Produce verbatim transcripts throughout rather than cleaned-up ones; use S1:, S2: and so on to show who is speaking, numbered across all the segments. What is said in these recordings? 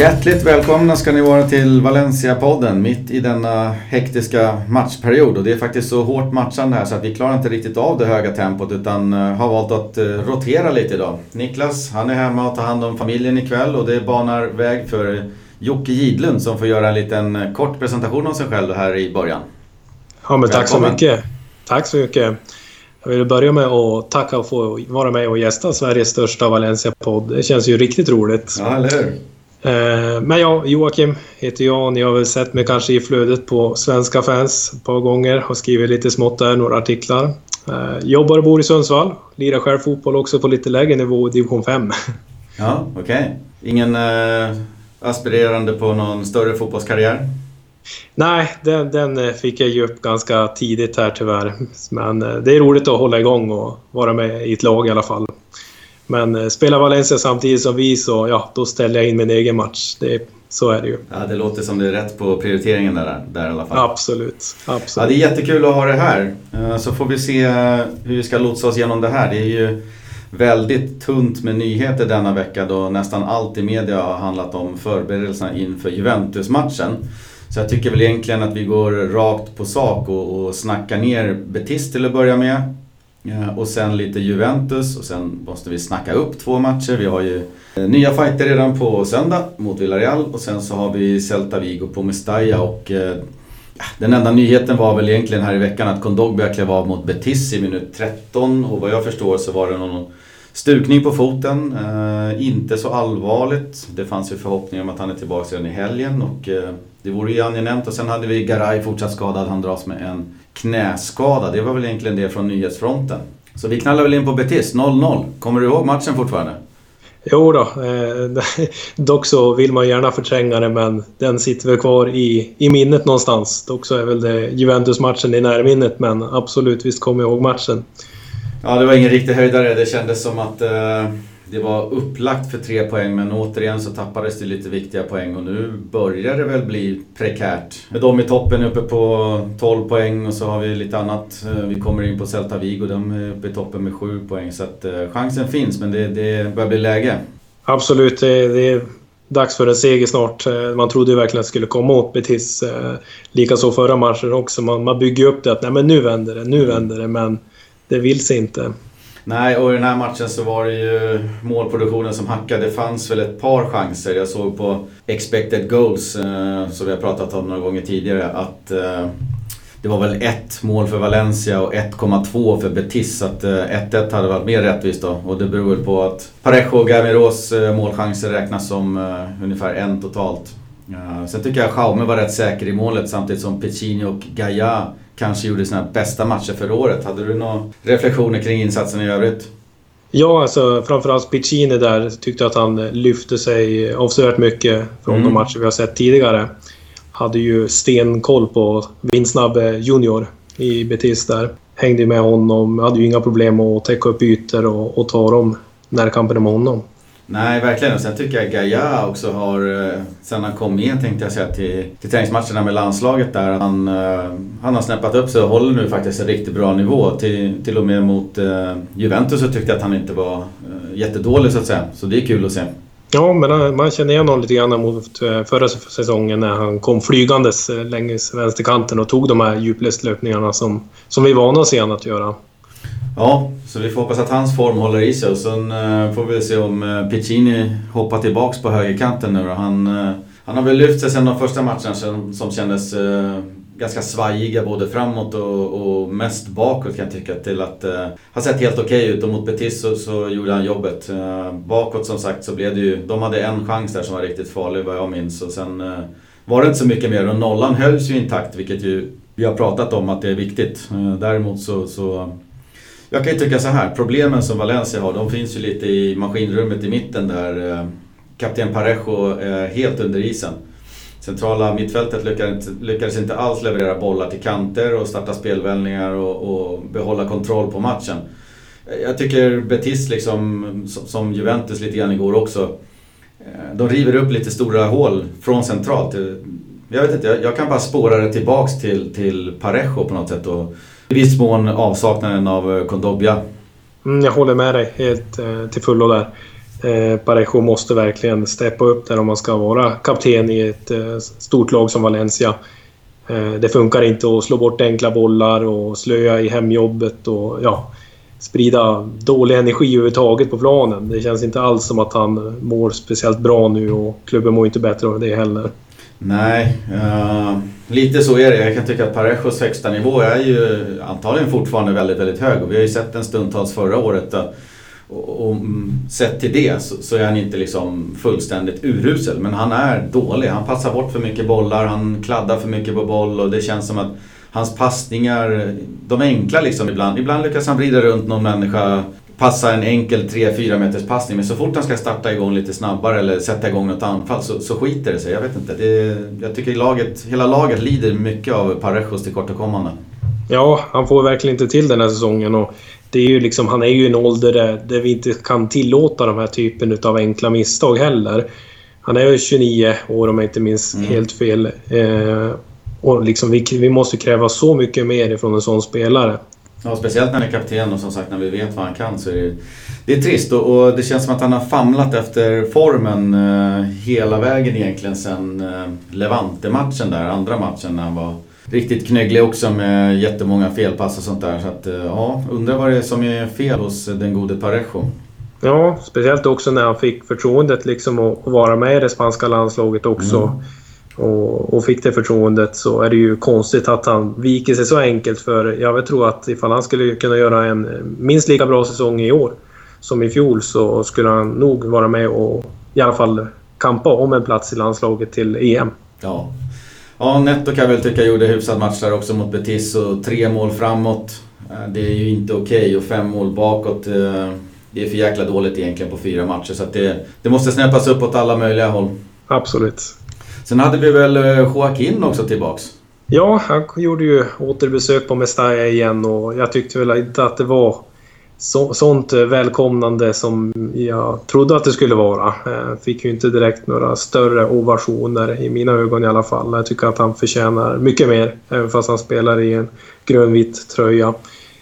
S1: Hjärtligt välkomna ska ni vara till Valencia-podden mitt i denna hektiska matchperiod. Och det är faktiskt så hårt matchande här så att vi klarar inte riktigt av det höga tempot utan har valt att rotera lite idag. Niklas, han är hemma och tar hand om familjen ikväll och det banar väg för Jocke Gidlund som får göra en liten kort presentation av sig själv här i början.
S2: Ja, men tack så mycket. Tack så mycket. Jag vill börja med att tacka och få vara med och gästa Sveriges största Valencia-podd. Det känns ju riktigt roligt.
S1: Ja, eller hur?
S2: Men ja, Joakim heter jag. Ni har väl sett mig kanske i flödet på Svenska fans ett par gånger. Har skrivit lite smått där, några artiklar. Jobbar och bor i Sundsvall. Lirar själv fotboll också på lite lägre nivå i division fem.
S1: Ja, okej. Okay. Ingen äh, aspirerande på någon större fotbollskarriär?
S2: Nej, den, den fick jag ju upp ganska tidigt här tyvärr. Men det är roligt att hålla igång och vara med i ett lag i alla fall. Men spelar Valencia samtidigt som vi så ja, då ställer jag in min egen match. Det, så är det ju.
S1: Ja, det låter som det är rätt på prioriteringen där, där i alla fall.
S2: Absolut, absolut.
S1: Ja, det är jättekul att ha det här. Så får vi se hur vi ska lotsa oss igenom det här. Det är ju väldigt tunt med nyheter denna vecka då nästan allt i media har handlat om förberedelserna inför Juventus-matchen. Så jag tycker väl egentligen att vi går rakt på sak och, och snackar ner Betis till att börja med. Ja, och sen lite Juventus och sen måste vi snacka upp två matcher. Vi har ju nya fighter redan på söndag mot Villarreal och sen så har vi Celta Vigo på Mestalla och eh, den enda nyheten var väl egentligen här i veckan att Kondogbia klev av mot Betis i minut tretton och vad jag förstår så var det någon stukning på foten, eh, inte så allvarligt. Det fanns ju förhoppningar om att han är tillbaka redan i helgen och eh, det vore ju angenämt. Och sen hade vi Garay fortsatt skadad, han dras med en knäskada. Det var väl egentligen det från nyhetsfronten. Så vi knallar väl in på Betis, noll noll. Kommer du ihåg matchen fortfarande?
S2: Jo då, eh, dock så vill man gärna förtränga det men den sitter väl kvar i, i minnet någonstans. Dock så är väl det Juventus-matchen i närminnet men absolut visst kommer jag ihåg matchen.
S1: Ja, det var ingen riktig höjdare. Det kändes som att eh, det var upplagt för tre poäng. Men återigen så tappades det lite viktiga poäng. Och nu börjar det väl bli prekärt. Med dem i toppen uppe på tolv poäng. Och så har vi lite annat. Vi kommer in på Celta Vigo. De är uppe i toppen med sju poäng. Så att eh, chansen finns. Men det, det börjar bli läge.
S2: Absolut. Det, det är dags för en seger snart. Man trodde ju verkligen att det skulle komma åt Betis. Eh, Likaså förra matchen också. Man, man bygger upp det att nej, men nu vänder det. Nu vänder det. Men det vill sig inte.
S1: Nej, och i den här matchen så var det ju målproduktionen som hackade. Det fanns väl ett par chanser. Jag såg på expected goals, eh, som vi har pratat om några gånger tidigare, att eh, det var väl ett mål för Valencia och ett komma två för Betis. Så att eh, ett ett hade varit mer rättvist då. Och det beror väl på att Parejo och Gamiros eh, målchanser räknas som eh, ungefär en totalt. Uh, sen tycker jag att Jaume var rätt säker i målet samtidigt som Piccini och Gaia kanske gjorde sina bästa matcher för året. Hade du några reflektioner kring insatsen i övrigt?
S2: Ja, alltså framförallt Piccini där tyckte att han lyfte sig avsevärt mycket från mm. de matcher vi har sett tidigare. Hade ju stenkoll på Vinsnabb Junior i Betis där. Hängde med honom, hade ju inga problem att täcka upp ytor och, och ta dem närkampen med honom.
S1: Nej, verkligen. Och sen tycker jag Gaia också har, sen han kom igen tänkte jag säga till, till träningsmatcherna med landslaget där, han, han har snäppat upp sig och håller nu faktiskt en riktigt bra nivå. Till, till och med mot uh, Juventus så tyckte jag att han inte var uh, jättedålig så att säga. Så det är kul att se.
S2: Ja, men man känner igen honom lite grann mot förra säsongen när han kom flygandes längs vänsterkanten och tog de här djupledslöpningarna som, som vi är vana att se han att göra.
S1: Ja, så vi får hoppas att hans form håller i sig och sen uh, får vi se om uh, Piccini hoppar tillbaks på högerkanten nu. Han, uh, han har väl lyft sig sen de första matcherna som, som kändes uh, ganska svajiga både framåt och, och mest bakåt kan jag tycka till att uh, ha sett helt okej ut och mot Betis så, så gjorde han jobbet. Uh, bakåt som sagt så blev det ju, de hade en chans där som var riktigt farlig vad jag minns och sen uh, var det inte så mycket mer och nollan hölls ju intakt vilket ju vi har pratat om att det är viktigt. Uh, däremot så... så Jag kan ju tycka så här, problemen som Valencia har, de finns ju lite i maskinrummet i mitten där kapten Parejo är helt under isen. Centrala mittfältet lyckades, lyckades inte alls leverera bollar till kanter och starta spelvändningar och, och behålla kontroll på matchen. Jag tycker Betis liksom, som Juventus lite grann igår också, de river upp lite stora hål från centralt. Jag vet inte, jag, jag kan bara spåra det tillbaks till, till Parejo på något sätt och i viss mån avsaknaden av Kondogbia.
S2: Mm, jag håller med dig helt eh, till fullo där. Eh, Parejo måste verkligen steppa upp där om man ska vara kapten i ett eh, stort lag som Valencia. Eh, det funkar inte att slå bort enkla bollar och slöja i hemjobbet och ja, sprida dålig energi överhuvudtaget på planen. Det känns inte alls som att han mår speciellt bra nu och klubben mår inte bättre av det heller.
S1: Nej, uh, lite så är det. Jag kan tycka att Parejos högsta nivå är ju antagligen fortfarande väldigt, väldigt hög. Och vi har ju sett en stundtals förra året uh, och, och sett till det så, så är han inte liksom fullständigt urusel. Men han är dålig. Han passar bort för mycket bollar, han kladdar för mycket på boll och det känns som att hans passningar, de är enkla liksom ibland. Ibland lyckas han vrida runt någon människa, passa en enkel tre fyra meters passning. Men så fort han ska starta igång lite snabbare eller sätta igång något anfall så, så skiter det sig. Jag vet inte. Det, jag tycker laget, hela laget lider mycket av Parejos tillkortakommande.
S2: Ja, han får verkligen inte till den här säsongen. Och det är ju liksom, han är ju i en ålder där, där vi inte kan tillåta de här typen av enkla misstag heller. Han är ju tjugonio år om jag inte minns mm. helt fel. Eh, och liksom vi, vi måste kräva så mycket mer ifrån en sån spelare.
S1: Ja, speciellt när han är kapten och som sagt när vi vet vad han kan så är det, det är trist och, och det känns som att han har famlat efter formen eh, hela vägen egentligen sen eh, Levante-matchen där, andra matchen när han var riktigt knögglig också med jättemånga felpass och sånt där. Så att eh, ja, undrar vad det är som är fel hos den gode Parejo.
S2: Ja, speciellt också när han fick förtroendet liksom att, att vara med i det spanska landslaget också. Mm. Och, och fick det förtroendet så är det ju konstigt att han viker sig så enkelt för jag vet tror att ifall han skulle kunna göra en minst lika bra säsong i år som i fjol så skulle han nog vara med och i alla fall kampa om en plats i landslaget till E M.
S1: Ja, ja Netto kan jag väl tycka gjorde hyfsad match där också mot Betis och tre mål framåt. Det är ju inte okej okay. Och fem mål bakåt. Det är för jäkla dåligt egentligen på fyra matcher så att det, det måste snäppas upp åt alla möjliga håll.
S2: Absolut.
S1: Sen hade vi väl Joaquin också tillbaks.
S2: Ja, han gjorde ju återbesök på Mestalla igen och jag tyckte väl inte att det var så, sånt välkomnande som jag trodde att det skulle vara. Jag fick ju inte direkt några större ovationer i mina ögon i alla fall. Jag tycker att han förtjänar mycket mer, även fast han spelar i en grönvit tröja.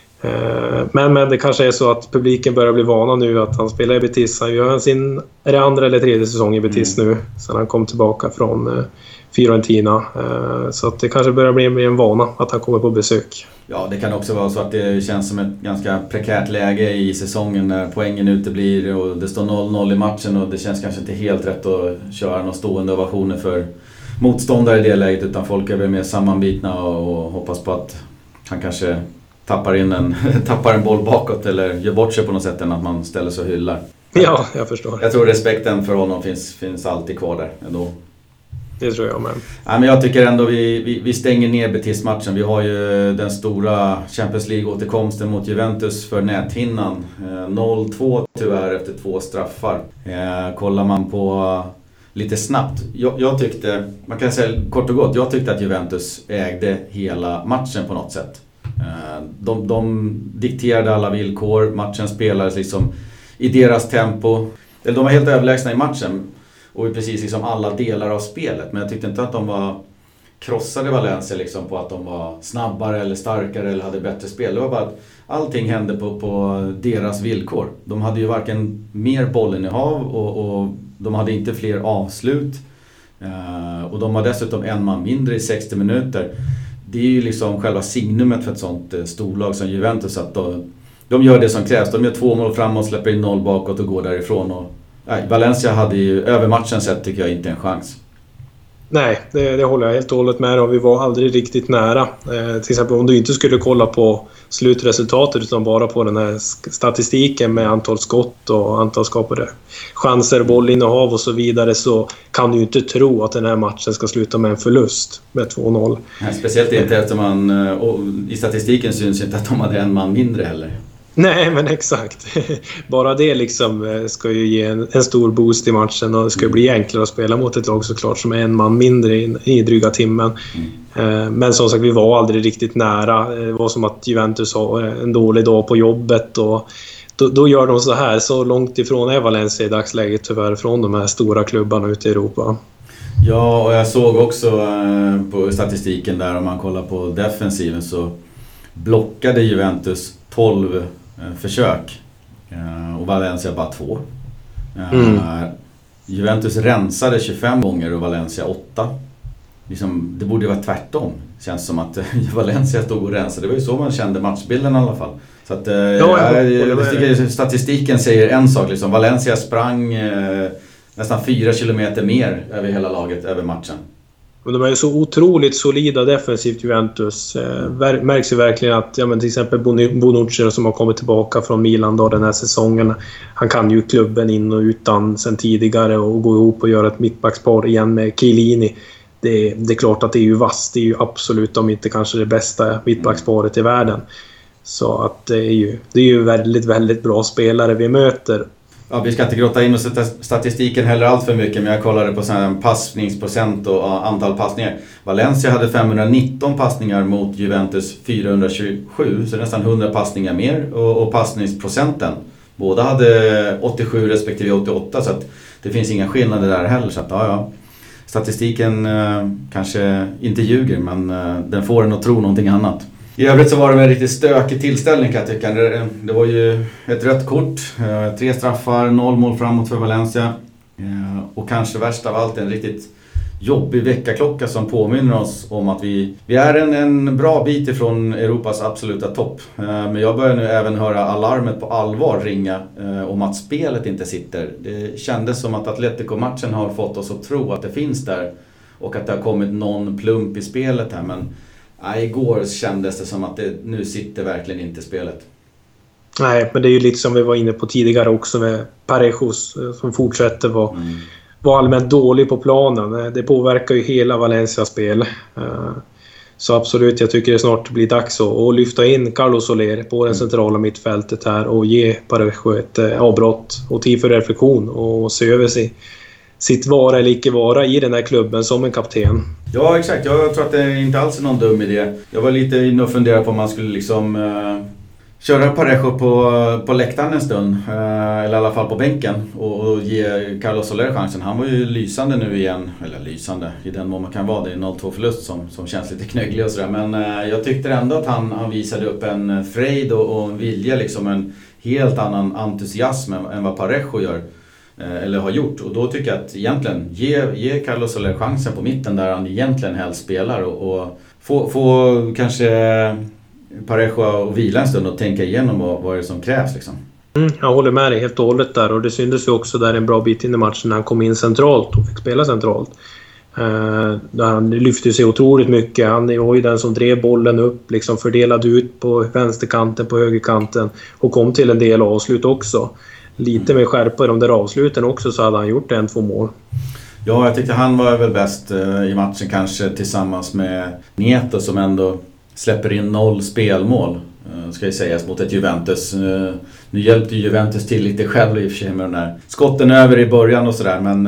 S2: Men, men det kanske är så att publiken börjar bli vana nu att han spelar i Betis. Han gör sin, är det andra eller tredje säsong i Betis mm. nu sen han kom tillbaka från eh, Fiorentina. Eh, så att det kanske börjar bli en vana att han kommer på besök.
S1: Ja, det kan också vara så att det känns som ett ganska prekärt läge i säsongen när poängen uteblir och det står noll noll i matchen och det känns kanske inte helt rätt att köra några stående ovationer för motståndare i det läget utan folk är väl mer sammanbitna och hoppas på att han kanske tappar in en, tappar en boll bakåt eller gör bort sig på något sätt än att man ställer sig och hyllar.
S2: Ja, jag förstår.
S1: Jag tror respekten för honom finns, finns alltid kvar där ändå.
S2: Det tror jag med.
S1: Ja, men jag tycker ändå vi, vi, vi stänger ner Betis-matchen. Vi har ju den stora Champions League-återkomsten mot Juventus för näthinnan. noll två tyvärr efter två straffar. Eh, kollar man på lite snabbt. Jag, jag tyckte, man kan säga kort och gott, jag tyckte att Juventus ägde hela matchen på något sätt. De, de dikterade alla villkor, matchen spelades liksom i deras tempo. Eller de var helt överlägsna i matchen och i precis liksom alla delar av spelet. Men jag tyckte inte att de var krossade Valencia liksom på att de var snabbare eller starkare eller hade bättre spel. Det var bara att allting hände på, på deras villkor. De hade ju varken mer bollinnehav och, och de hade inte fler avslut. Och de var dessutom en man mindre i sextio minuter. Det är ju liksom själva signumet för ett sånt storlag som Juventus att de, de gör det som krävs. De gör två mål framåt, släpper in noll bakåt och går därifrån. Och, nej, Valencia hade ju över matchen sett tycker jag inte en chans.
S2: Nej, det, det håller jag helt och hållet med om. Vi var aldrig riktigt nära. Eh, till exempel om du inte skulle kolla på slutresultatet utan bara på den här statistiken med antal skott och antal skapade chanser, bollinnehav och så vidare så kan du ju inte tro att den här matchen ska sluta med en förlust med två noll.
S1: Nej, speciellt inte eftersom man, och i statistiken syns inte att de hade en man mindre heller.
S2: Nej, men exakt. Bara det liksom ska ju ge en, en stor boost i matchen och det ska bli enklare att spela mot ett lag såklart som är en man mindre i, i dryga timmen. Mm. Men som sagt, vi var aldrig riktigt nära. Det var som att Juventus har en dålig dag på jobbet och då, då gör de så här. Så långt ifrån är Valencia i dagsläget tyvärr från de här stora klubbarna ute i Europa.
S1: Ja, och jag såg också på statistiken där om man kollar på defensiven så blockade Juventus tolv försök och Valencia bara två. Mm. Uh, Juventus rensade tjugofem gånger och Valencia åtta. Liksom, det borde ju vara tvärtom. Känns som att Valencia stod och rensade. Det var ju så man kände matchbilden i alla fall. Så att, uh, ja, jag, jag, jag tycker statistiken säger en sak. Liksom. Valencia sprang uh, nästan fyra kilometer mer över hela laget, över matchen.
S2: Men de är ju så otroligt solida defensivt, Juventus. Eh, märks ju verkligen att ja, men till exempel Bonucci som har kommit tillbaka från Milan då den här säsongen. Han kan ju klubben in och utan sen tidigare och gå ihop och göra ett mittbackspar igen med Chiellini. Det, det är klart att det är ju vass. Det är ju absolut, om inte kanske det bästa mittbacksparet i världen. Så att det är ju, det är ju väldigt, väldigt bra spelare vi möter.
S1: Ja, vi ska inte grotta in och sätta statistiken heller allt för mycket, men jag kollade på sån här passningsprocent och antal passningar. Valencia hade femhundranitton passningar mot Juventus fyrahundratjugosju, så nästan hundra passningar mer. Och, och passningsprocenten, båda hade åttiosju respektive åttioåtta, så att det finns inga skillnader där heller. Så att, ja, ja. Statistiken eh, kanske inte ljuger, men eh, den får en att tro någonting annat. I övrigt så var det en riktigt stökig tillställning, kan jag tycka. Det, det var ju ett rött kort, eh, tre straffar, noll mål framåt för Valencia. Eh, och kanske värst av allt en riktigt jobbig veckaklocka som påminner oss om att vi, vi är en, en bra bit ifrån Europas absoluta topp. Eh, men jag börjar nu även höra alarmet på allvar ringa eh, om att spelet inte sitter. Det kändes som att Atletico-matchen har fått oss att tro att det finns där och att det har kommit någon plump i spelet här, men ja, igår kändes det som att det nu sitter verkligen inte spelet.
S2: Nej, men det är ju lite som vi var inne på tidigare också med Parejos som fortsätter vara, mm. vara allmänt dålig på planen. Det påverkar ju hela Valencias spel. Så absolut, jag tycker det snart blir dags att lyfta in Carlos Soler på det centrala mittfältet här och ge Parejo ett avbrott och tid för reflektion och se över sig. Sitt vara eller icke vara i den här klubben som en kapten.
S1: Ja, exakt. Jag tror att det inte alls är någon dum idé. Jag var lite inne och funderade på om man skulle liksom uh, köra Parejo på, på läktaren en stund. Uh, eller i alla fall på bänken. Och, och ge Carlos Soler chansen. Han var ju lysande nu igen. Eller lysande, i den mån man kan vara. Det är noll två förlust som, som känns lite knögglig och sådär. Men uh, jag tyckte ändå att han, han visade upp en frejd och, och en vilja. Liksom en helt annan entusiasm än, än vad Parejo gör. Eller har gjort. Och då tycker jag att egentligen ge, ge Carlos Soler chansen på mitten där han egentligen helst spelar och, och få, få kanske Parejo att vila en stund och tänka igenom vad, vad det är som krävs liksom.
S2: Mm, jag håller med dig helt och hållet där, och det syntes ju också där en bra bit in i matchen när han kom in centralt och fick spela centralt. Uh, han lyfte sig otroligt mycket. Han var ju den som drev bollen upp, liksom fördelade ut på vänsterkanten, på högerkanten och kom till en del avslut också. Lite med skärpa i de där avsluten också, så hade han gjort en, två mål.
S1: Ja, jag tyckte han var väl bäst i matchen kanske tillsammans med Neto som ändå släpper in noll spelmål, ska jag säga, mot ett Juventus. Nu hjälpte Juventus till lite själv i och för sig med den där skotten över i början och sådär, men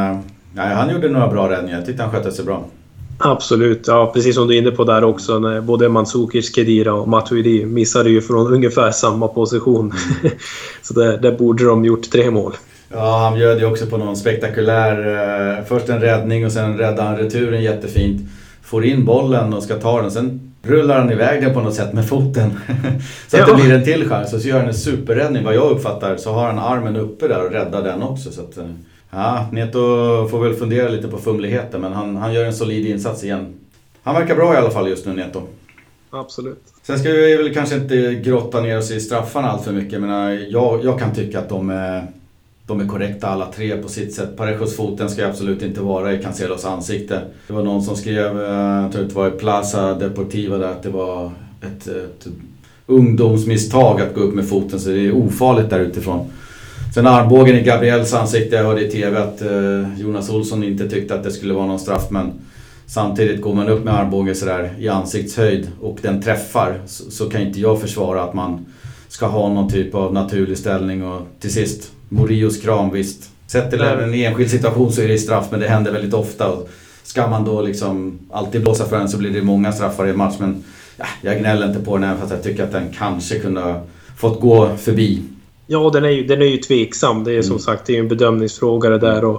S1: nej, han gjorde några bra räddningar. Jag tyckte han skötte sig bra.
S2: Absolut, ja, precis som du är inne på där också, när både Mandzukic, Khedira och Matuidi missade ju från ungefär samma position. Mm. Så där, där borde de gjort tre mål.
S1: Ja, han bjöd ju också på någon spektakulär, eh, först en räddning och sen räddade han returen jättefint. Får in bollen och ska ta den, sen rullar han iväg den på något sätt med foten. Så att ja. Det blir en till chans, och så gör han en superräddning. Vad jag uppfattar så har han armen uppe där och räddar den också, så att... Ja, Neto får väl fundera lite på fumligheten, men han, han gör en solid insats igen. Han verkar bra i alla fall just nu, Neto.
S2: Absolut.
S1: Sen ska vi väl kanske inte grotta ner oss i straffarna allt för mycket, men jag, jag kan tycka att de är, de är korrekta alla tre på sitt sätt. Parejos foten ska absolut inte vara i Cancelos ansikte. Det var någon som skrev, jag tror det var i Plaza Deportiva där, att det var ett, ett ungdomsmisstag att gå upp med foten, så det är ofarligt där utifrån. Sen armbågen i Gabriels ansikte, jag hörde i tv att eh, Jonas Olsson inte tyckte att det skulle vara någon straff, men samtidigt går man upp med armbågen sådär i ansiktshöjd och den träffar, så, så kan inte jag försvara att man ska ha någon typ av naturlig ställning. Och till sist, Murillos kram, visst. Sett till en enskild situation så är det straff, men det händer väldigt ofta. Och ska man då liksom alltid blåsa för den så blir det många straffar i match, men ja, jag gnäller inte på den här för att jag tycker att den kanske kunde ha fått gå förbi.
S2: Ja, den är ju, den är ju tveksam. Det är som mm. sagt, det är en bedömningsfråga det där. Och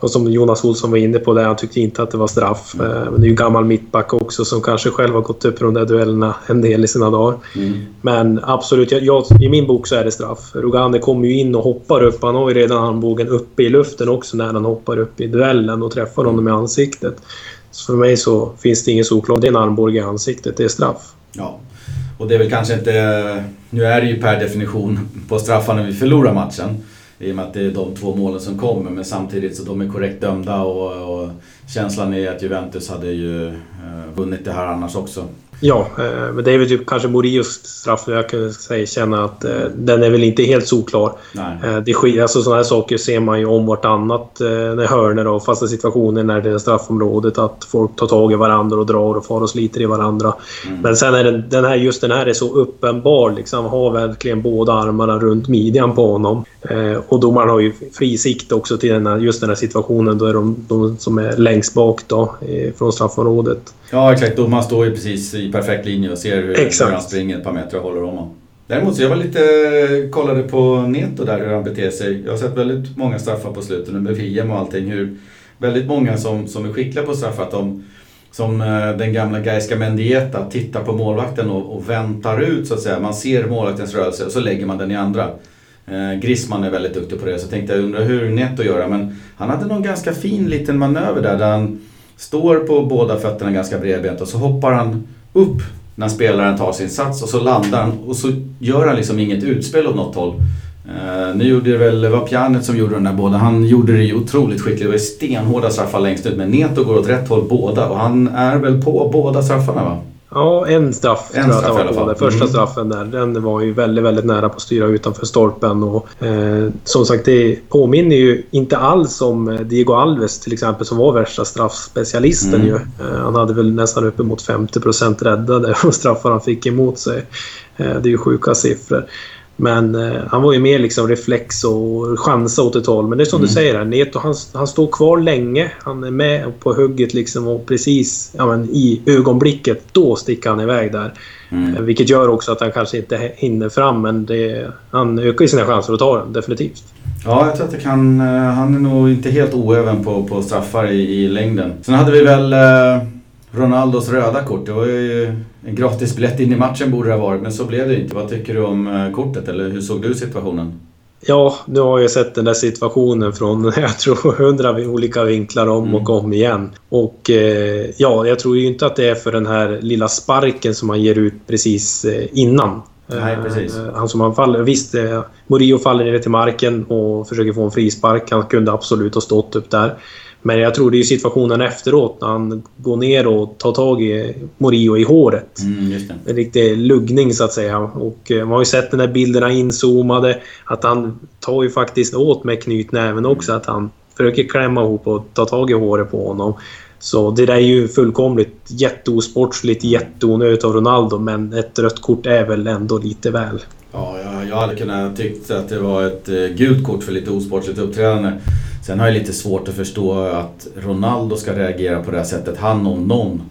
S2: Och som Jonas Olsson var inne på det, han tyckte inte att det var straff. Mm. Men det är ju gammal mittback också som kanske själv har gått upp på de där duellerna en del i sina dagar. Mm. Men absolut, jag, jag, i min bok så är det straff. Rugani kommer ju in och hoppar upp. Han har ju redan armbågen uppe i luften också när han hoppar upp i duellen och träffar honom i ansiktet. Så för mig så finns det ingen såklart. Det är en armbåge i ansiktet, det är straff.
S1: Ja, och det är väl kanske inte... Nu är det ju per definition på straffar när vi förlorar matchen. I och med att det är de två målen som kommer. Men samtidigt så de är korrekt dömda. Och, och känslan är att Juventus hade ju eh, vunnit det här annars också.
S2: Ja, eh, men det är väl typ kanske Murillos straff. Jag kan säga, känna att eh, den är väl inte helt såklar. Eh, det sk- alltså sådana här saker ser man ju om vartannat. Eh, när hörner och fasta situationer när det är straffområdet. Att folk tar tag i varandra och drar och far och sliter i varandra. Mm. Men sen är den, den här, just den här är så uppenbar. Liksom, har verkligen båda armarna runt midjan på honom. Eh, och domaren har ju fri sikt också till den här, just den här situationen. Då är de, de som är längst bak då, eh, från straffområdet.
S1: Ja, exakt. Domaren står ju precis i perfekt linje och ser hur, hur han springer ett par meter och håller om honom. Däremot så jag var lite kollade på Neto där hur han beter sig. Jag har sett väldigt många straffar på slutet med V M och allting. Hur väldigt många som, som är skickliga på straffar, att de, som den gamla Gaiska Mendieta, tittar på målvakten och, och väntar ut så att säga. Man ser målvaktens rörelse och så lägger man den i andra. Eh, Griezmann är väldigt duktig på det, så tänkte jag undra hur Neto gör. Men han hade någon ganska fin liten manöver där, där han står på båda fötterna ganska bredbent och så hoppar han upp när spelaren tar sin sats och så landar han och så gör han liksom inget utspel åt något håll. Uh, nu gjorde det väl, det var Pjanic som gjorde den där båda. Han gjorde det ju otroligt skickligt. Det var stenhårda straffar längst ut, men Neto går åt rätt håll båda och han är väl på båda straffarna, va?
S2: Ja, en straff
S1: en
S2: tror jag
S1: straff
S2: att det var. Den första mm. straffen där, den var ju väldigt, väldigt nära på att styra utanför stolpen. Och, eh, som sagt, det påminner ju inte alls om Diego Alves till exempel, som var värsta straffspecialisten mm. ju. Eh, han hade väl nästan uppemot femtio procent räddade och straffar han fick emot sig. Eh, det är ju sjuka siffror. Men eh, han var ju mer liksom reflex och chansa åt ett håll. Men det är som mm. du säger här, Neto, han, han står kvar länge. Han är med på hugget liksom och precis ja, men i ögonblicket, då sticker han iväg där. Mm. Eh, vilket gör också att han kanske inte hinner fram, men det, han ökar ju sina chanser att ta den, definitivt.
S1: Ja, jag tror att det kan, han är nog inte helt oäven på, på straffar i, i längden. Sen hade vi väl... Eh... Ronaldos röda kort, det var ju en gratis biljett in i matchen borde det ha varit, men så blev det inte. Vad tycker du om kortet, eller hur såg du situationen?
S2: Ja, nu har jag sett den där situationen från, jag tror, hundra olika vinklar om mm. och om igen. Och eh, ja, jag tror ju inte att det är för den här lilla sparken som han ger ut precis eh, innan.
S1: Nej, precis.
S2: Eh, han som han faller, visst, eh, Murillo faller ner till marken och försöker få en frispark. Han kunde absolut ha stått upp där. Men jag tror det är situationen efteråt när han går ner och tar tag i Murillo i håret.
S1: Mm, just det.
S2: En riktig luggning så att säga. Och man har ju sett den där bilderna inzoomade. Att han tar ju faktiskt åt med knytnäven också. Att han försöker klämma ihop och ta tag i håret på honom. Så det där är ju fullkomligt jätteosportsligt, jätteonödigt av Ronaldo. Men ett rött kort är väl ändå lite väl.
S1: Ja, jag, jag hade kunnat tyckt att det var ett eh, gult kort för lite osportsligt uppträdande. Sen har jag lite svårt att förstå att Ronaldo ska reagera på det här sättet. Han om någon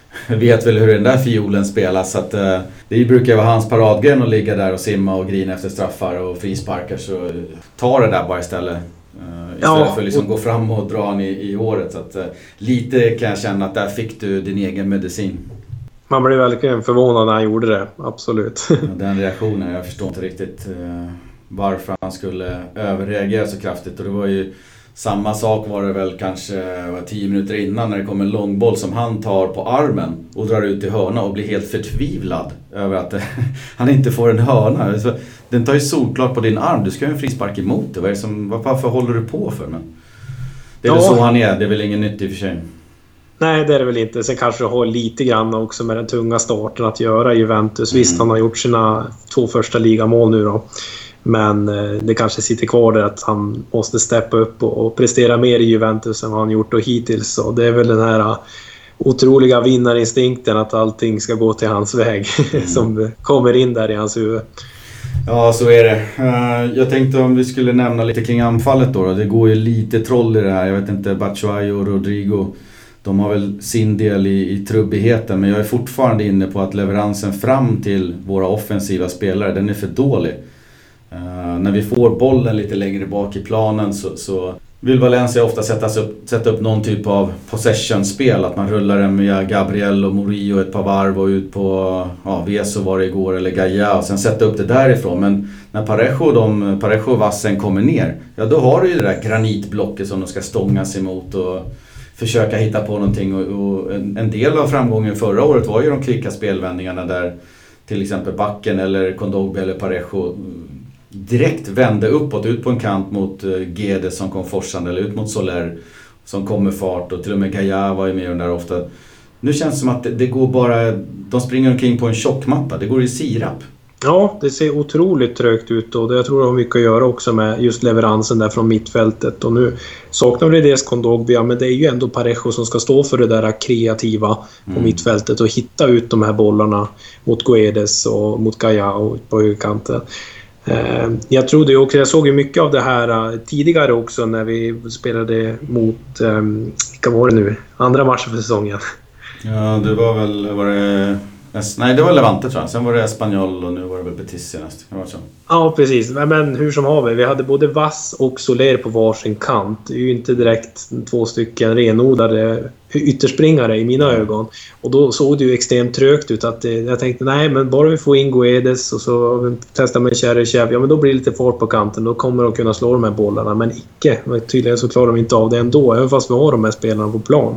S1: vet väl hur den där fiolen spelas. Så att, eh, det brukar vara hans paradgren att ligga där och simma och grina efter straffar och frisparkar. Så ta det där bara istället. Uh, istället ja, för att liksom gå fram och dra han i, i håret. Så att, uh, lite kan jag känna att där fick du din egen medicin.
S2: Man blev verkligen förvånad när han gjorde det, absolut.
S1: Ja, den reaktionen, jag förstår inte riktigt uh, varför han skulle överreagera så kraftigt. Och det var ju samma sak var det väl kanske var tio minuter innan när det kom en långboll som han tar på armen och drar ut i hörna och blir helt förtvivlad över att han inte får en hörna. Så, den tar ju solklart på din arm, du ska ju en frispark emot det. Vad är det som, varför håller du på för? Men det är ja. väl så han är, det är väl ingen nytt i och för sig.
S2: Nej, det är det väl inte. Sen kanske det har lite grann också med den tunga starten att göra Juventus. Mm. Visst, han har gjort sina två första ligamål nu då. Men det kanske sitter kvar där att han måste steppa upp och prestera mer i Juventus än vad han gjort då hittills. Så det är väl den här otroliga vinnarinstinkten att allting ska gå till hans väg mm. som kommer in där i hans huvud.
S1: Ja, så är det. Jag tänkte om vi skulle nämna lite kring anfallet då. Det går ju lite troll i det här. Jag vet inte, Batshuayi och Rodrigo, de har väl sin del i, i trubbigheten. Men jag är fortfarande inne på att leveransen fram till våra offensiva spelare, den är för dålig. Uh, när vi får bollen lite längre bak i planen så, så vill Valencia ofta sätta upp, sätta upp någon typ av possession-spel. Att man rullar den med Gabriel och Murillo ett par varv och ut på ja, Veso var det igår eller Gaia och sen sätta upp det därifrån. Men när Parejo och, de, Parejo och Vassen kommer ner, ja då har du ju det där granitblocket som de ska stångas emot och försöka hitta på någonting. Och, och en, en del av framgången förra året var ju de kvicka spelvändningarna där till exempel Backen eller Kondogbe eller Parejo direkt vände uppåt ut på en kant mot Guedes som kom forsande eller ut mot Soler som kom med fart och till och med Gaia var ju med där ofta. Nu känns det som att det, det går bara, de springer omkring på en tjockmatta, det går i sirap.
S2: Ja, det ser otroligt trögt ut och det, jag tror det har mycket att göra också med just leveransen där från mittfältet. Och nu saknar vi dels Kondogbia, men det är ju ändå Parejo som ska stå för det där kreativa på mm. mittfältet och hitta ut de här bollarna mot Guedes och mot Gaia och på högerkanten. Jag trodde ju också, jag såg ju mycket av det här tidigare också när vi spelade mot, vilka var det nu? Andra matcher för säsongen.
S1: Ja, det var väl, var det, nej det var Levante tror jag, sen var det Espanyol och nu var det väl Betis senast. Det var så.
S2: Ja, precis. Men hur som har vi, vi hade både Vass och Soler på varsin kant. Det är ju inte direkt två stycken renodlade ytterspringare i mina ögon. Och då såg det ju extremt trögt ut att det, jag tänkte nej men bara vi får in Guedes och så testar med Cheryshev, ja men då blir det lite fart på kanten, då kommer de kunna slå de här bollarna, men icke. Tydligen så klarar de inte av det ändå, även fast vi har de här spelarna på plan.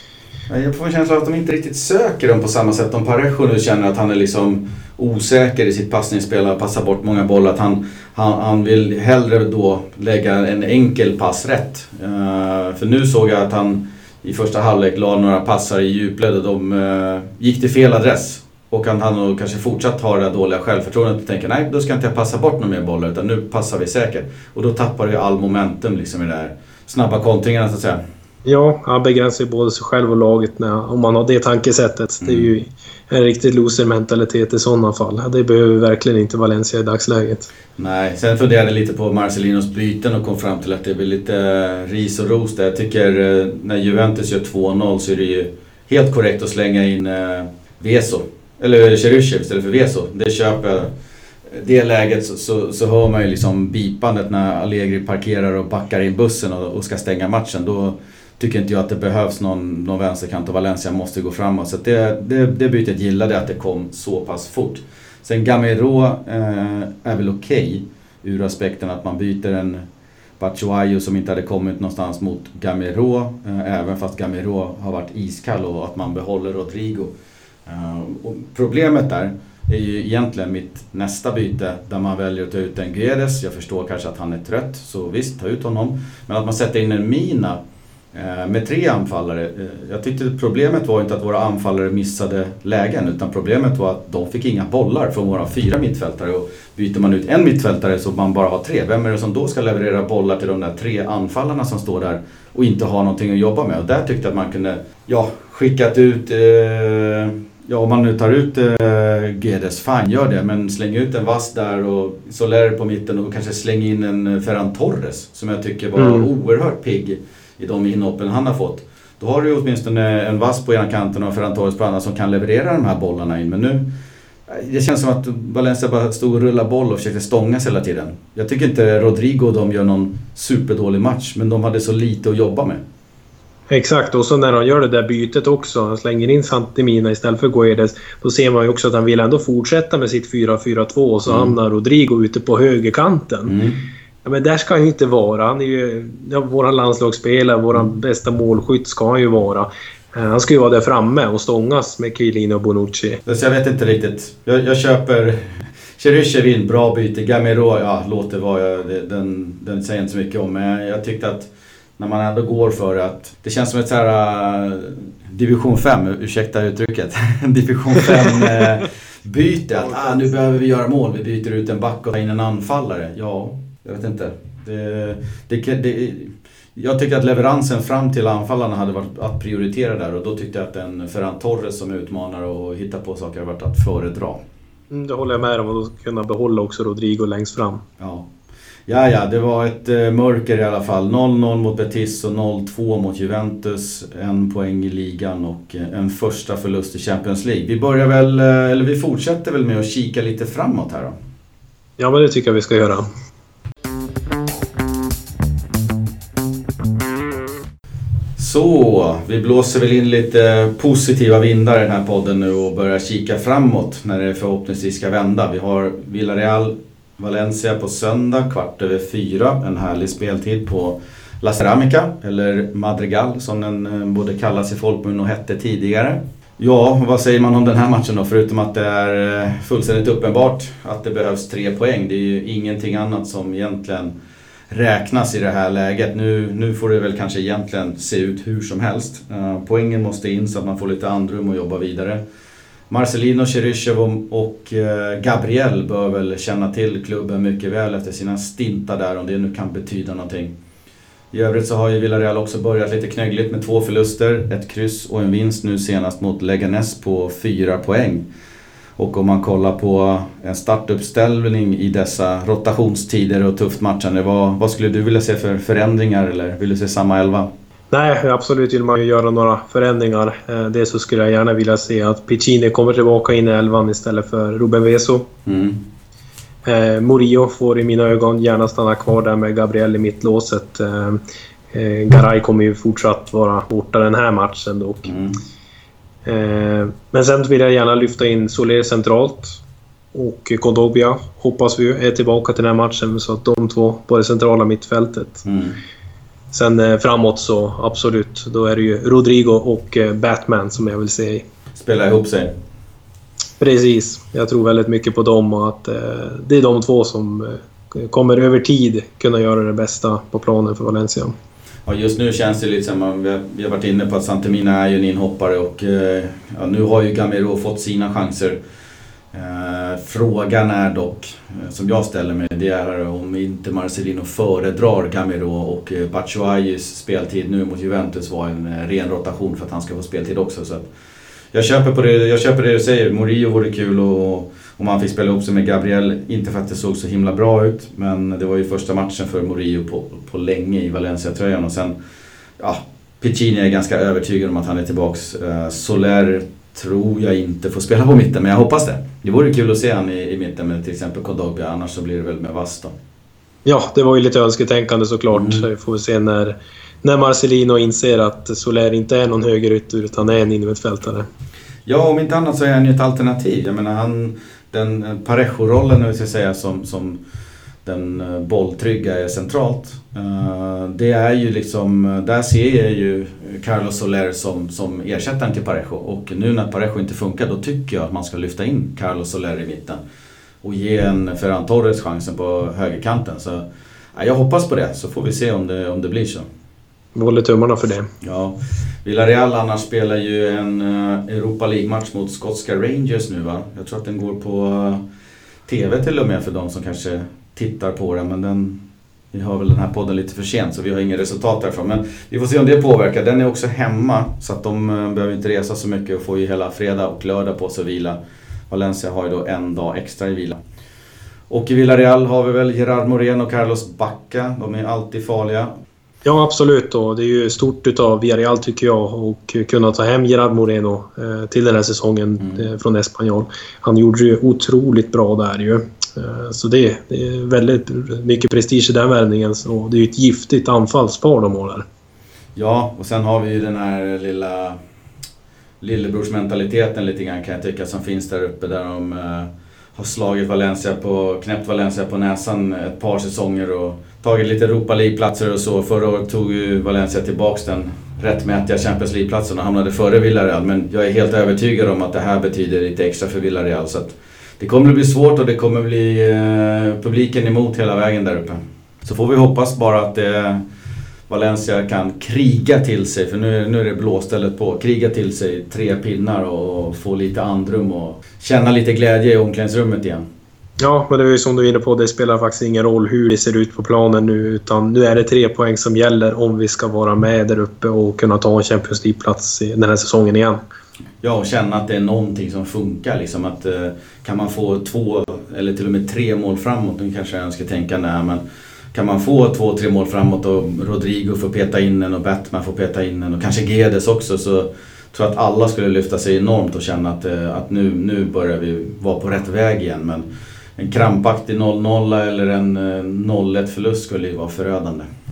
S1: Jag får en känsla att de inte riktigt söker dem på samma sätt. Om Parejo nu känner att han är liksom osäker i sitt passningsspel och passar bort många bollar. Att han, han, han vill hellre då lägga en enkel pass rätt. Uh, för nu såg jag att han i första halvlek la några passar i djupled och de uh, gick till fel adress. Och han hade nog kanske fortsatt ha det dåliga självförtroendet och tänka nej, då ska inte jag passa bort några mer bollar utan nu passar vi säkert. Och då tappar ju all momentum liksom i det här snabba kontringarna så att säga.
S2: Ja, han begränsar ju både sig själv och laget när, om man har det tankesättet. Mm. Det är ju en riktigt loser-mentalitet i sådana fall. Det behöver verkligen inte Valencia i dagsläget.
S1: Nej, sen funderade jag lite på Marcelinos byten och kom fram till att det blir lite ris och ros där. Jag tycker när Juventus gör två noll så är det ju helt korrekt att slänga in Veso. Eller Cheryshev istället för Veso. Det köper det läget så, så, så hör man ju liksom bipandet när Allegri parkerar och backar in bussen och, och ska stänga matchen. Då tycker inte jag att det behövs någon, någon vänsterkant och Valencia måste gå framåt. Så det, det, det bytet gillade att det kom så pass fort. Sen Gamero eh, är väl okej okay, ur aspekten att man byter en Batshuayi som inte hade kommit någonstans mot Gamero. Eh, även fast Gamero har varit iskall och att man behåller Rodrigo. Eh, och problemet där är ju egentligen mitt nästa byte där man väljer att ta ut en Guedes. Jag förstår kanske att han är trött, så visst, ta ut honom. Men att man sätter in en Mina med tre anfallare. Jag tyckte problemet var inte att våra anfallare missade lägen utan problemet var att de fick inga bollar från våra fyra mittfältare och byter man ut en mittfältare så man bara har tre. Vem är det som då ska leverera bollar till de där tre anfallarna som står där och inte har någonting att jobba med? Och där tyckte jag att man kunde ja, skickat ut eh, ja om man nu tar ut eh, Guedes, fine gör det, men släng ut en Vass där och Soler på mitten och kanske släng in en Ferran Torres som jag tycker var mm. oerhört pigg i de inhoppen han har fått. Då har du ju åtminstone en Vass på ena kanten och Ferran Torres på andra som kan leverera de här bollarna in. Men nu, det känns som att Valencia bara stod och rullade boll och försökte stångas hela tiden. Jag tycker inte Rodrigo och de gör någon superdålig match, men de hade så lite att jobba med.
S2: Exakt, och så när de gör det där bytet också, han slänger in Santimina istället för Guedes, då ser man ju också att han vill ändå fortsätta med sitt fyra fyra två och så mm. hamnar Rodrigo ute på högerkanten. Mm. Ja, men där ska han ju inte vara. Han är ju ja, våran landslagsspelare, våran mm. bästa målskytt ska han ju vara. Han ska ju vara där framme och stångas med Chiellini och Bonucci.
S1: Så jag vet inte riktigt. Jag, jag köper Cheryshev in, bra byte. Gamero, ja, låt det vara. Den, den säger inte så mycket om. Men jag tyckte att när man ändå går för att det känns som ett så här uh, division fem, ursäkta uttrycket. division fem uh, byte. Att ah, nu behöver vi göra mål. Vi byter ut en back och tar in en anfallare. Ja, jag vet inte. Det, det, det, jag tyckte att leveransen fram till anfallarna hade varit att prioritera där. Och då tyckte jag att en Ferran Torres som utmanare och hitta på saker har varit att föredra.
S2: Mm, det håller jag med om, och då kunna behålla också Rodrigo längst fram.
S1: Ja. Ja, ja, det var ett eh, mörker i alla fall. noll noll mot Betis och noll två mot Juventus. En poäng i ligan och eh, en första förlust i Champions League. Vi börjar väl, eh, eller vi fortsätter väl med att kika lite framåt här då.
S2: Ja, men det tycker jag vi ska göra.
S1: Så, vi blåser väl in lite positiva vindar i den här podden nu och börjar kika framåt när det förhoppningsvis ska vända. Vi har Villarreal Valencia på söndag, kvart över fyra. En härlig speltid på La Ceramica, eller Madrigal som den både kallas i folkmun och hette tidigare. Ja, vad säger man om den här matchen då? Förutom att det är fullständigt uppenbart att det behövs tre poäng. Det är ju ingenting annat som egentligen räknas i det här läget. Nu, nu får det väl kanske egentligen se ut hur som helst. Uh, poängen måste in så att man får lite andrum och jobba vidare. Marcelino, Cheryshev och uh, Gabriel bör väl känna till klubben mycket väl efter sina stintar där, om det nu kan betyda någonting. I övrigt så har ju Villarreal också börjat lite knöggligt med två förluster, ett kryss och en vinst nu senast mot Leganés på fyra poäng. Och om man kollar på en startuppställning i dessa rotationstider och tufft matchande, vad, vad skulle du vilja se för förändringar, eller vill du se samma elva?
S2: Nej, absolut vill man ju göra några förändringar. Det så skulle jag gärna vilja se att Piccini kommer tillbaka in i elvan istället för Ruben Veso. Mm. Eh, Murillo får i mina ögon gärna stanna kvar där med Gabriel i mittlåset. Eh, eh, Garay kommer ju fortsatt vara borta den här matchen dock. Mm. Eh, men sen vill jag gärna lyfta in Soler centralt och Kondogbia hoppas vi är tillbaka till den här matchen, så att de två på det centrala mittfältet. Mm. Sen eh, framåt så absolut, då är det ju Rodrigo och eh, Batman som jag vill se
S1: spela ihop sig.
S2: Precis, jag tror väldigt mycket på dem och att eh, det är de två som eh, kommer över tid kunna göra det bästa på planen för Valencia.
S1: Ja, just nu känns det lite som, vi har, vi har varit inne på att Santemina är ju en inhoppare och eh, ja, nu har ju Gamero fått sina chanser. Eh, frågan är dock, eh, som jag ställer mig, det är om inte Marcelino föredrar Gamero och eh, Batshuayis speltid nu mot Juventus var en eh, ren rotation för att han ska få speltid också. Så att jag köper på det, jag köper det du säger. Murillo vore kul och om man fick spela ihop sig med Gabriel, inte för att det såg så himla bra ut, men det var ju första matchen för Murillo på, på länge i Valencia-tröjan. Och sen, ja, Piccini är ganska övertygad om att han är tillbaks. Uh, Soler tror jag inte får spela på mitten, men jag hoppas det. Det vore kul att se han i, i mitten med till exempel Kondogbia, annars så blir det väl med Vass då.
S2: Ja, det var ju lite önsketänkande såklart. Mm. Vi får se när, när Marcelino inser att Soler inte är någon högerytter utan är en innermittfältare.
S1: Ja, om inte annat så är han ju ett alternativ. Jag menar, han, den Parejo-rollen, nu ska jag säga, som, som den bolltrygga är centralt. Uh, det är ju liksom, där ser jag ju Carlos Soler som, som ersättaren till Parejo. Och nu när Parejo inte funkar, då tycker jag att man ska lyfta in Carlos Soler i mitten. Och ge en Ferran Torres chansen på högerkanten. Så ja, jag hoppas på det, så får vi se om det, om det blir så.
S2: Vi håller tummarna för det.
S1: Ja, Villarreal annars spelar ju en Europa League-match mot skotska Rangers nu, va? Jag tror att den går på tv till och med för de som kanske tittar på den. Men den, vi har väl den här podden lite för sent så vi har inga resultat därifrån. Men vi får se om det påverkar. Den är också hemma så att de behöver inte resa så mycket och får ju hela fredag och lördag på sig att vila. Valencia har ju då en dag extra i vila. Och i Villarreal har vi väl Gerard Moreno och Carlos Bacca. De är alltid farliga.
S2: Ja, absolut. Och det är ju stort utav Villarreal tycker jag och kunna ta hem Gerard Moreno eh, till den här säsongen mm. eh, från Espanyol. Han gjorde ju otroligt bra där ju. Eh, så det, det är väldigt mycket prestige i den värvningen. Så det är ju ett giftigt anfallspar de har där.
S1: Ja, och sen har vi ju den här lilla lillebrorsmentaliteten lite grann kan jag tycka som finns där uppe där de eh, har slagit Valencia på, knäppt Valencia på näsan ett par säsonger och tagit lite Europa League-platser och så. Förra året tog ju Valencia tillbaks den rättmätiga Champions League-platsen och hamnade före Villarreal. Men jag är helt övertygad om att det här betyder lite extra för Villarreal. Så att det kommer att bli svårt och det kommer att bli eh, publiken emot hela vägen där uppe. Så får vi hoppas bara att eh, Valencia kan kriga till sig, för nu, nu är det blåstället på, kriga till sig tre pinnar och få lite andrum och känna lite glädje i omklädningsrummet igen.
S2: Ja, men det är ju som du är inne på, det spelar faktiskt ingen roll hur det ser ut på planen nu, utan nu är det tre poäng som gäller om vi ska vara med där uppe och kunna ta en Champions League-plats den här säsongen igen.
S1: Ja, och känna att det är någonting som funkar, liksom att eh, kan man få två eller till och med tre mål framåt, nu kanske jag ska tänka när, men kan man få två, tre mål framåt och Rodrigo får peta in en och Batman får peta in en och kanske Guedes också, så tror jag att alla skulle lyfta sig enormt och känna att, att nu, nu börjar vi vara på rätt väg igen. Men en krampaktig noll noll eller en noll ett förlust skulle ju vara förödande.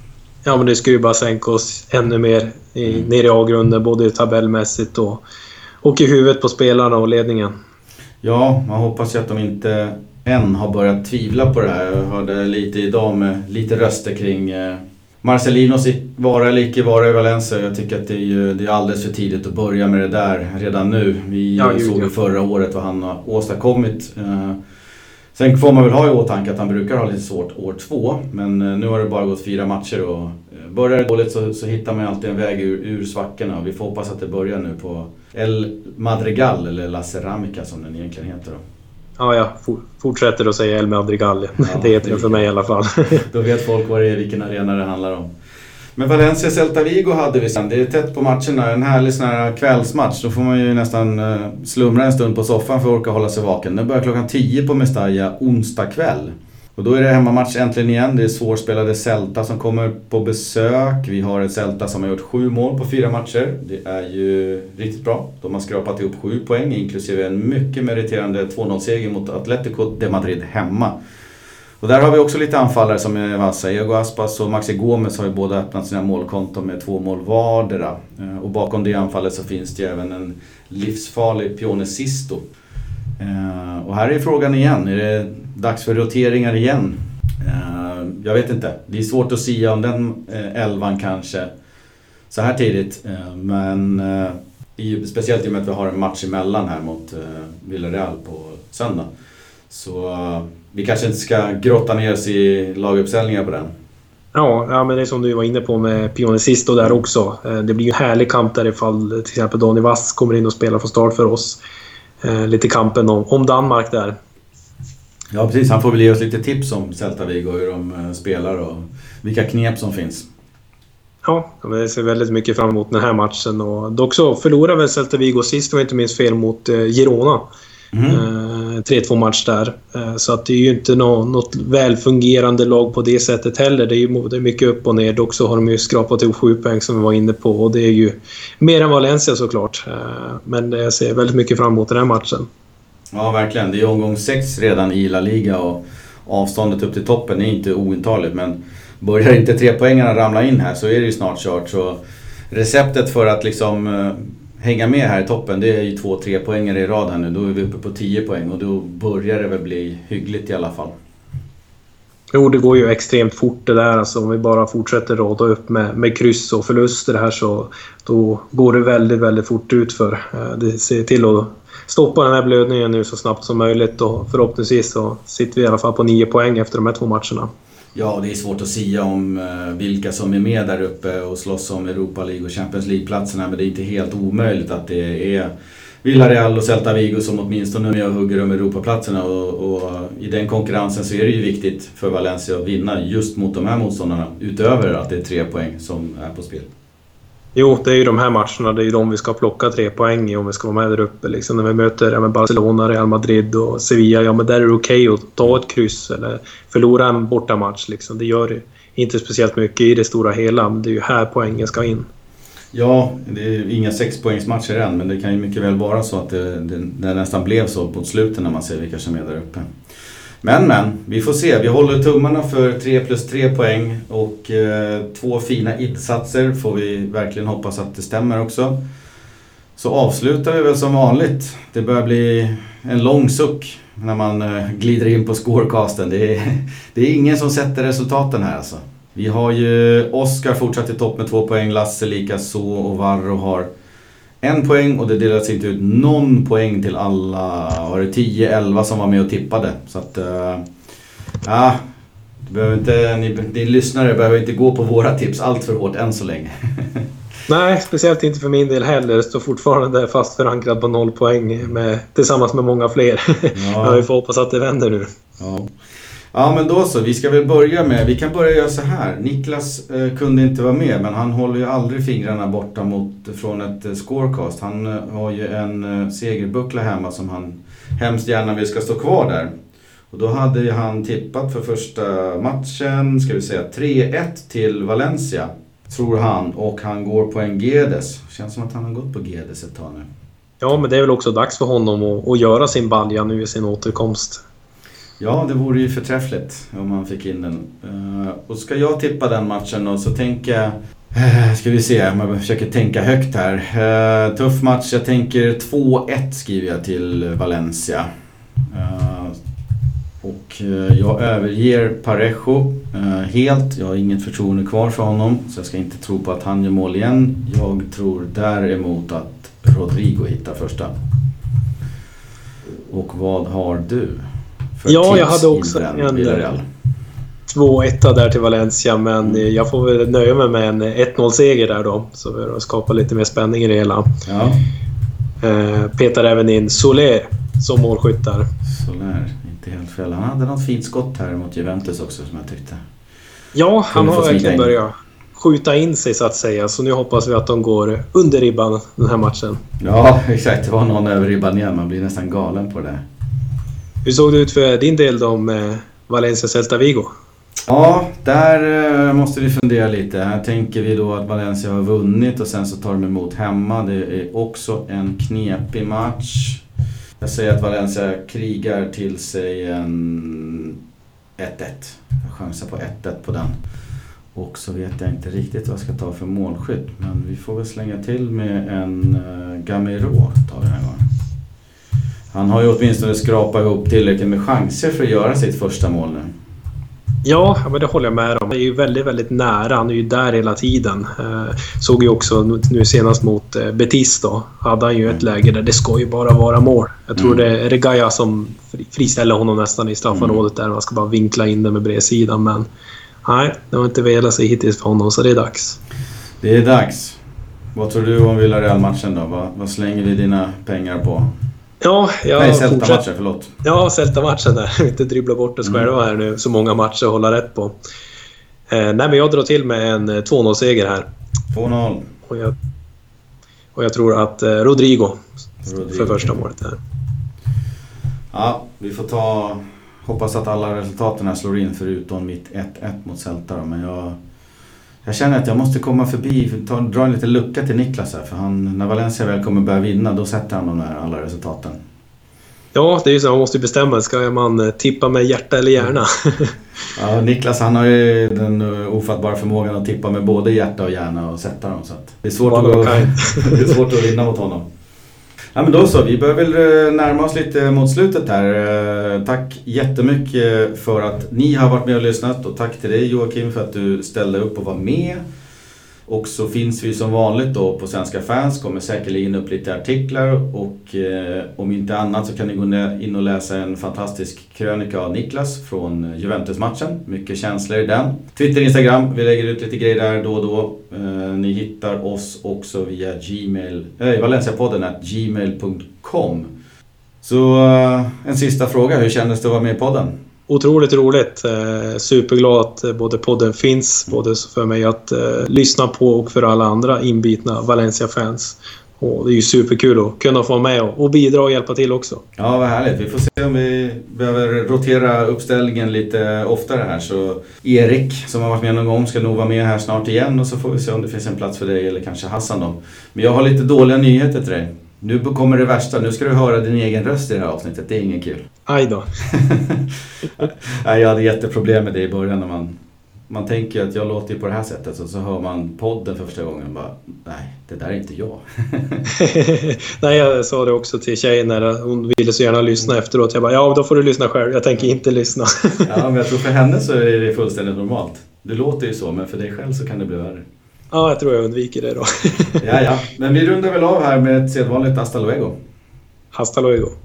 S2: Ja, men det skulle ju bara sänka oss ännu mer i, mm. ner i avgrunden, både tabellmässigt och, och i huvudet på spelarna och ledningen.
S1: Ja, man hoppas ju att de inte än har börjat tvivla på det här. Jag hörde lite idag med lite röster kring eh, Marcelinos vara eller icke vara i Valencia. Jag tycker att det är, ju, det är alldeles för tidigt att börja med det där redan nu. Vi ja, såg ju förra året vad han har åstadkommit. Eh, sen får man väl ha i åtanke att han brukar ha lite svårt år två. Men eh, nu har det bara gått fyra matcher och eh, börjar det dåligt så, så hittar man alltid en väg ur, ur svackorna. Vi får hoppas att det börjar nu på El Madrigal eller La Ceramica som den egentligen heter då.
S2: Ja, jag fortsätter att säga El Madrigal. Ja, det heter det för mig i alla fall.
S1: Då vet folk vad det är, vilken arena det handlar om. Men Valencia Celta Vigo hade vi sen. Det är tätt på matcherna. En härlig sån här kvällsmatch. Då får man ju nästan slumra en stund på soffan för att orka hålla sig vaken. Den börjar klockan tio på Mestalla onsdag kväll. Och då är det hemmamatch äntligen igen. Det är svårspelade Celta som kommer på besök. Vi har ett Celta som har gjort sju mål på fyra matcher. Det är ju riktigt bra. De har skrapat ihop sju poäng inklusive en mycket meriterande två noll-seger mot Atletico de Madrid hemma. Och där har vi också lite anfallare som är vassa. Diego Aspas och Maxi Gomez har ju båda öppnat sina målkonton med två mål vardera. Och bakom det anfallet så finns det även en livsfarlig Pione Sisto. Uh, och här är frågan igen, är det dags för roteringar igen? Uh, jag vet inte, det är svårt att säga om den uh, elvan kanske så här tidigt, uh, men uh, i, speciellt i och med att vi har en match emellan här mot uh, Villarreal på söndag, så uh, vi kanske inte ska grotta ner oss i laguppställningar på den.
S2: Ja, ja, men det är som du var inne på med Pione Sisto där också. Uh, det blir ju en härlig kamp där ifall till exempel Donny Vass kommer in och spelar från start för oss. Eh, lite kampen om, om Danmark där.
S1: Ja, precis. Han får väl ge oss lite tips om Celta Vigo, hur de eh, spelar och vilka knep som finns.
S2: Ja, jag ser väldigt mycket fram emot den här matchen. Och dock så förlorade väl Celta Vigo sist, var inte minst fel, mot eh, Girona. Mm. Eh, tre två match där. Eh, så att det är ju inte nå, något välfungerande lag på det sättet heller. Det är ju det är mycket upp och ner. Dock så har de ju skrapat ihop sju poäng som vi var inne på. Och det är ju mer än Valencia såklart. Eh, men jag ser väldigt mycket fram emot den här matchen.
S1: Ja, verkligen. Det är omgång sex redan i La Liga och avståndet upp till toppen är inte ointaligt. Men börjar inte tre poängarna ramla in här så är det ju snart kört. Så receptet för att liksom hänga med här i toppen, det är ju två tre poängare i rad här nu. Då är vi uppe på tio poäng och då börjar det väl bli hyggligt i alla fall.
S2: Jo, det går ju extremt fort det där. Alltså, om vi bara fortsätter råda upp med, med kryss och förluster här så då går det väldigt, väldigt fort ut för. Det ser till att stoppa den här blödningen nu så snabbt som möjligt och förhoppningsvis så sitter vi i alla fall på nio poäng efter de här två matcherna.
S1: Ja, det är svårt att säga om vilka som är med där uppe och slåss om Europa League och Champions League-platserna, men det är inte helt omöjligt att det är Villarreal och Celta Vigo som åtminstone nu hugger om Europaplatserna och, och i den konkurrensen så är det ju viktigt för Valencia att vinna just mot de här motståndarna utöver att det är tre poäng som är på spel.
S2: Jo, det är ju de här matcherna, det är ju de vi ska plocka tre poäng i om vi ska vara med där uppe. Liksom när vi möter ja, Barcelona, Real Madrid och Sevilla, ja men där är det okej okay att ta ett kryss eller förlora en bortamatch. Liksom. Det gör inte speciellt mycket i det stora hela, men det är ju här poängen ska in.
S1: Ja, det är inga sexpoängsmatcher än, men det kan ju mycket väl vara så att det, det, det nästan blev så på slutet när man ser vilka som är där uppe. Men, men, vi får se. Vi håller tummarna för tre plus tre poäng och eh, två fina insatser får vi verkligen hoppas att det stämmer också. Så avslutar vi väl som vanligt. Det börjar bli en lång suck när man eh, glider in på scorecasten. Det är, det är ingen som sätter resultaten här alltså. Vi har ju Oscar fortsatt i topp med två poäng, Lasse lika så och Varro har en poäng och det delas inte ut någon poäng till alla, var det tio elva som var med och tippade. Så att, uh, ja, du behöver inte, ni, ni lyssnare behöver inte gå på våra tips allt för hårt än så länge.
S2: Nej, speciellt inte för min del heller. Det står fortfarande fast förankrad på noll poäng med, tillsammans med många fler. Ja. Vi får hoppas att det vänder nu.
S1: Ja. Ja, men då så. Vi ska väl börja med, vi kan börja göra så här. Niklas eh, kunde inte vara med, men han håller ju aldrig fingrarna borta mot, från ett eh, scorecast. Han eh, har ju en eh, segerbuckla hemma som han hemskt gärna vill ska stå kvar där. Och då hade han tippat för första matchen, ska vi säga tre ett till Valencia, tror han. Och han går på en Guedes. Känns som att han har gått på Guedes ett tag nu.
S2: Ja, men det är väl också dags för honom att, att göra sin balja nu i sin återkomst.
S1: Ja, det vore ju förträffligt om man fick in den. Uh, och ska jag tippa den matchen då, så tänker jag... Uh, ska vi se, man försöker tänka högt här. Uh, tuff match, jag tänker två ett skriver jag till Valencia. Uh, och uh, jag överger Parejo uh, helt. Jag har inget förtroende kvar för honom, så jag ska inte tro på att han gör mål igen. Jag tror däremot att Rodrigo hittar första. Och vad har du?
S2: Ja, jag hade också en två ett där till Valencia, men jag får väl nöja mig med en ett noll-seger där då, så för att skapa lite mer spänning i det hela.
S1: Ja.
S2: Eh, petar även in Soler som målskyttar.
S1: Soler, inte helt fel. Han hade något fint skott här mot Juventus också som jag tyckte.
S2: Ja, han har verkligen börjat skjuta in sig så att säga, så nu hoppas vi att de går under ribban den här matchen.
S1: Ja, exakt. Det var någon över ribban igen. Man blir nästan galen på det.
S2: Hur såg det ut för din del då med Valencia Celta Vigo?
S1: Ja, där måste vi fundera lite. Här tänker vi då att Valencia har vunnit och sen så tar de emot hemma. Det är också en knepig match. Jag säger att Valencia krigar till sig en ett ett. Jag chansar på ett ett på den. Och så vet jag inte riktigt vad jag ska ta för målskytt. Men vi får väl slänga till med en uh, Gamero tar vi den här gången. Han har ju åtminstone skrapat ihop tillräckligt med chanser för att göra sitt första mål nu.
S2: Ja, men det håller jag med om. Det är ju väldigt, väldigt nära. Han är ju där hela tiden. Eh, såg ju också nu senast mot eh, Betis då. Hade han ju ett läge där det ska ju bara vara mål. Jag tror mm. det är Regaia som friställer honom nästan i straffområdet där. Man ska bara vinkla in det med bredsidan. Men nej, det har inte velat sig hittills för honom, så det är dags.
S1: Det är dags. Vad tror du om Villarreal-matchen då? Vad, vad slänger vi dina pengar på?
S2: Ja, jag
S1: Nej, Celta-matchen, förlåt.
S2: Ja, Celta-matchen där. Inte dribbla bort oss själva mm. här nu. Så många matcher att hålla rätt på. Eh, nej, men jag drar till med en två noll-seger här.
S1: två noll.
S2: Och jag, och jag tror att eh, Rodrigo, Rodrigo för första målet här.
S1: Ja, vi får ta... Hoppas att alla resultaten här slår in förutom mitt ett ett mot Celta då. Men jag... Jag känner att jag måste komma förbi, ta, dra en liten lucka till Niklas här. För han, när Valencia väl kommer börja vinna, då sätter han de här alla resultaten.
S2: Ja, det är ju så. Man måste bestämma. Ska man tippa med hjärta eller hjärna?
S1: Ja, Niklas han har ju den ofattbara förmågan att tippa med både hjärta och hjärna och sätta dem. Så att det, är svårt att gå, det är svårt att vinna mot honom. Ja, men då så, vi börjar väl närma oss lite mot slutet här. Tack jättemycket för att ni har varit med och lyssnat, och tack till dig Joakim för att du ställde upp och var med. Och så finns vi som vanligt då på Svenska Fans, kommer säkerligen upp lite artiklar, och eh, om inte annat så kan ni gå in och läsa en fantastisk krönika av Niklas från Juventus-matchen. Mycket känslor i den. Twitter, Instagram, vi lägger ut lite grejer där då och då. Eh, ni hittar oss också via Gmail, eh, Valenciapodden at gmail punkt com. Så eh, en sista fråga, hur kändes det att vara med i podden?
S2: Otroligt roligt. Eh, superglad att både podden finns, både för mig att eh, lyssna på och för alla andra inbitna Valencia-fans. Och det är ju superkul att kunna få med och, och bidra och hjälpa till också.
S1: Ja, vad härligt. Vi får se om vi behöver rotera uppställningen lite oftare här. Så Erik, som har varit med någon gång, ska nog vara med här snart igen. Och så får vi se om det finns en plats för dig eller kanske Hassan då. Men jag har lite dåliga nyheter till dig. Nu kommer det värsta. Nu ska du höra din egen röst i det här avsnittet. Det är ingen kul.
S2: Aj då.
S1: Nej, jag hade jätteproblem med det i början. När man, man tänker att jag låter på det här sättet. Så, så hör man podden för första gången och bara, nej, det där är inte jag.
S2: Nej, jag sa det också till tjejen när hon ville så gärna lyssna efteråt. Jag bara, ja, då får du lyssna själv. Jag tänker inte lyssna.
S1: Ja, men jag tror för henne så är det fullständigt normalt. Det låter ju så, men för dig själv så kan det bli värre.
S2: Ja, jag tror jag undviker det då.
S1: Ja, ja. Men vi rundar väl av här med ett sedvanligt hasta luego.
S2: Hasta luego.